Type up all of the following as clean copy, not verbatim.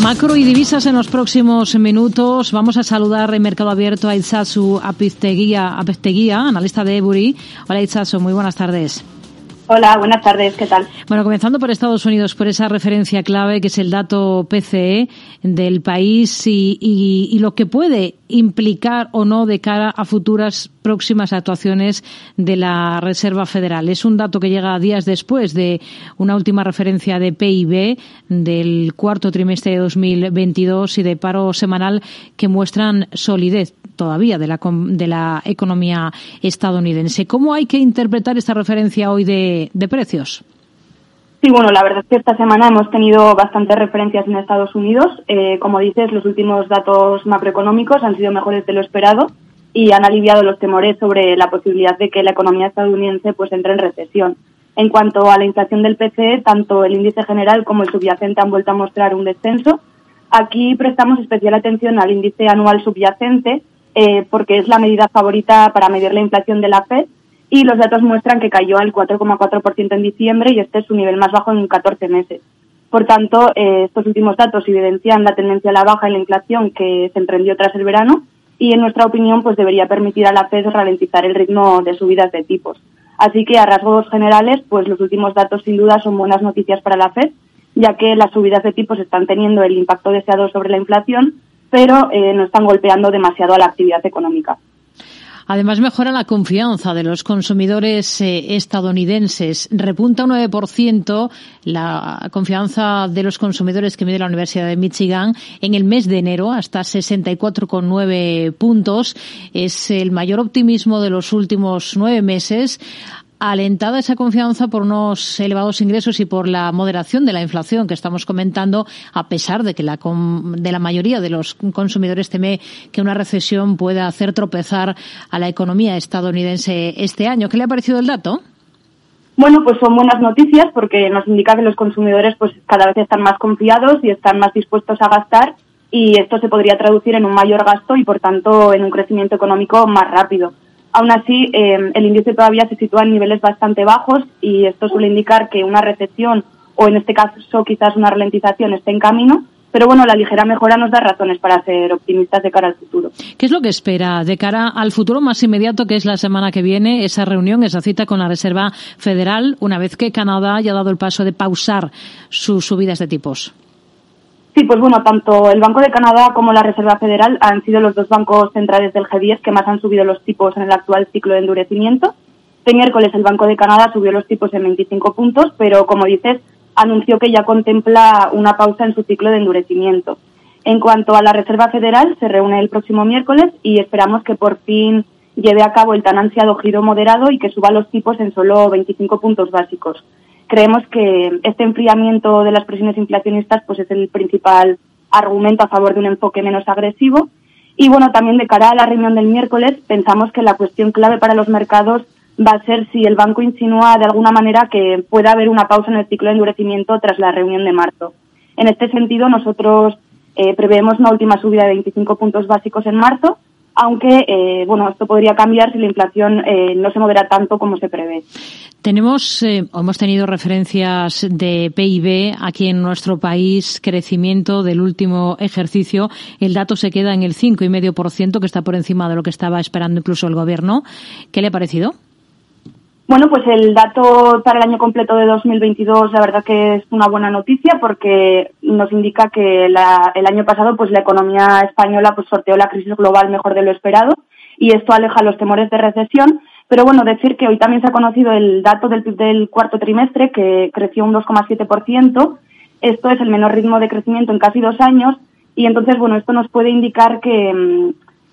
Macro y divisas en los próximos minutos. Vamos a saludar en Mercado Abierto a Itzazu Apezteguía, analista de Ebury. Hola Itzazu, muy buenas tardes. Hola, buenas tardes, ¿qué tal? Bueno, comenzando por Estados Unidos, por esa referencia clave que es el dato PCE del país y lo que puede implicar o no de cara a futuras próximas actuaciones de la Reserva Federal. Es un dato que llega días después de una última referencia de PIB del cuarto trimestre de 2022 y de paro semanal que muestran solidez todavía de la economía estadounidense. ¿Cómo hay que interpretar esta referencia hoy de precios? Sí, bueno, la verdad es que esta semana hemos tenido bastantes referencias en Estados Unidos. Como dices, los últimos datos macroeconómicos han sido mejores de lo esperado y han aliviado los temores sobre la posibilidad de que la economía estadounidense pues entre en recesión. En cuanto a la inflación del PCE, tanto el índice general como el subyacente han vuelto a mostrar un descenso. Aquí prestamos especial atención al índice anual subyacente, porque es la medida favorita para medir la inflación de la FED, y los datos muestran que cayó al 4,4% en diciembre y este es su nivel más bajo en 14 meses. Por tanto, estos últimos datos evidencian la tendencia a la baja en la inflación que se emprendió tras el verano y, en nuestra opinión, pues debería permitir a la FED ralentizar el ritmo de subidas de tipos. Así que, a rasgos generales, pues los últimos datos sin duda son buenas noticias para la FED, ya que las subidas de tipos están teniendo el impacto deseado sobre la inflación, pero no están golpeando demasiado a la actividad económica. Además, mejora la confianza de los consumidores estadounidenses. Repunta un 9% la confianza de los consumidores que mide la Universidad de Michigan en el mes de enero, hasta 64,9 puntos. Es el mayor optimismo de los últimos 9 meses. Alentada esa confianza por unos elevados ingresos y por la moderación de la inflación que estamos comentando, a pesar de que la mayoría de los consumidores teme que una recesión pueda hacer tropezar a la economía estadounidense este año. ¿Qué le ha parecido el dato? Bueno, pues son buenas noticias porque nos indica que los consumidores pues cada vez están más confiados y están más dispuestos a gastar, y esto se podría traducir en un mayor gasto y, por tanto, en un crecimiento económico más rápido. Aún así, el índice todavía se sitúa en niveles bastante bajos y esto suele indicar que una recesión o, en este caso, quizás una ralentización esté en camino. Pero bueno, la ligera mejora nos da razones para ser optimistas de cara al futuro. ¿Qué es lo que espera de cara al futuro más inmediato, que es la semana que viene, esa reunión, esa cita con la Reserva Federal, una vez que Canadá haya dado el paso de pausar sus subidas de tipos? Sí, pues bueno, tanto el Banco de Canadá como la Reserva Federal han sido los dos bancos centrales del G10 que más han subido los tipos en el actual ciclo de endurecimiento. Este miércoles el Banco de Canadá subió los tipos en 25 puntos, pero como dices, anunció que ya contempla una pausa en su ciclo de endurecimiento. En cuanto a la Reserva Federal, se reúne el próximo miércoles y esperamos que por fin lleve a cabo el tan ansiado giro moderado y que suba los tipos en solo 25 puntos básicos. Creemos que este enfriamiento de las presiones inflacionistas pues es el principal argumento a favor de un enfoque menos agresivo. Y bueno, también de cara a la reunión del miércoles, pensamos que la cuestión clave para los mercados va a ser si el banco insinúa de alguna manera que pueda haber una pausa en el ciclo de endurecimiento tras la reunión de marzo. En este sentido, nosotros preveemos una última subida de 25 puntos básicos en marzo, aunque esto podría cambiar si la inflación no se modera tanto como se prevé. Hemos tenido referencias de PIB aquí en nuestro país, crecimiento del último ejercicio. El dato se queda en el 5,5%, que está por encima de lo que estaba esperando incluso el gobierno. ¿Qué le ha parecido? Bueno, pues el dato para el año completo de 2022, la verdad que es una buena noticia porque nos indica que el año pasado pues la economía española pues sorteó la crisis global mejor de lo esperado y esto aleja los temores de recesión. Pero bueno, decir que hoy también se ha conocido el dato del PIB del cuarto trimestre, que creció un 2,7%. Esto es el menor ritmo de crecimiento en casi 2 años y entonces, bueno, esto nos puede indicar que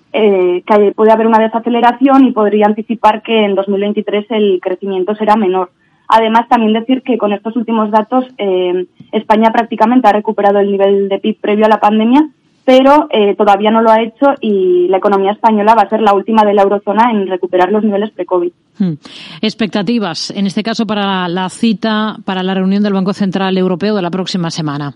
puede haber una desaceleración y podría anticipar que en 2023 el crecimiento será menor. Además, también decir que con estos últimos datos España prácticamente ha recuperado el nivel de PIB previo a la pandemia, pero todavía no lo ha hecho y la economía española va a ser la última de la eurozona en recuperar los niveles pre-COVID. Expectativas, en este caso, para la cita, para la reunión del Banco Central Europeo de la próxima semana.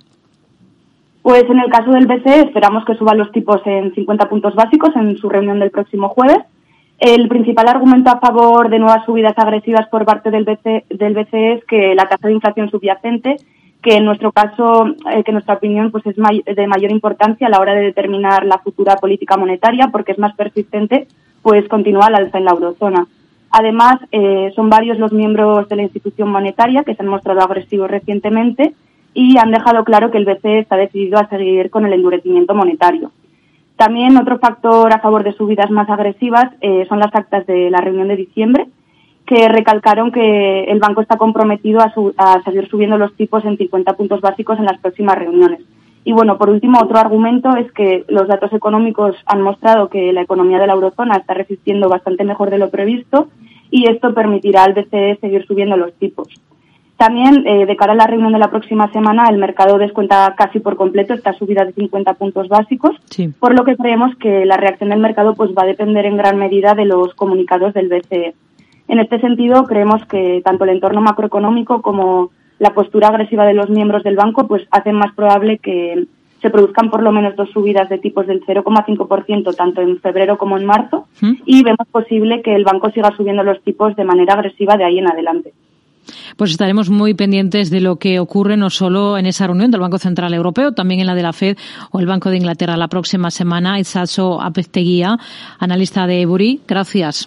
Pues en el caso del BCE esperamos que suban los tipos en 50 puntos básicos en su reunión del próximo jueves. El principal argumento a favor de nuevas subidas agresivas por parte del BCE es que la tasa de inflación subyacente, que en nuestro caso, que nuestra opinión pues es de mayor importancia a la hora de determinar la futura política monetaria, porque es más persistente, pues continúa al alza en la eurozona. Además, son varios los miembros de la institución monetaria que se han mostrado agresivos recientemente y han dejado claro que el BCE está decidido a seguir con el endurecimiento monetario. También otro factor a favor de subidas más agresivas son las actas de la reunión de diciembre, que recalcaron que el banco está comprometido a seguir subiendo los tipos en 50 puntos básicos en las próximas reuniones. Y bueno, por último, otro argumento es que los datos económicos han mostrado que la economía de la eurozona está resistiendo bastante mejor de lo previsto y esto permitirá al BCE seguir subiendo los tipos. También, de cara a la reunión de la próxima semana, el mercado descuenta casi por completo esta subida de 50 puntos básicos, sí, por lo que creemos que la reacción del mercado pues va a depender en gran medida de los comunicados del BCE. En este sentido, creemos que tanto el entorno macroeconómico como la postura agresiva de los miembros del banco pues hacen más probable que se produzcan por lo menos 2 subidas de tipos del 0,5% tanto en febrero como en marzo, y vemos posible que el banco siga subiendo los tipos de manera agresiva de ahí en adelante. Pues estaremos muy pendientes de lo que ocurre no solo en esa reunión del Banco Central Europeo, también en la de la FED o el Banco de Inglaterra la próxima semana. Itxaso Apezteguía, analista de Ebury. Gracias.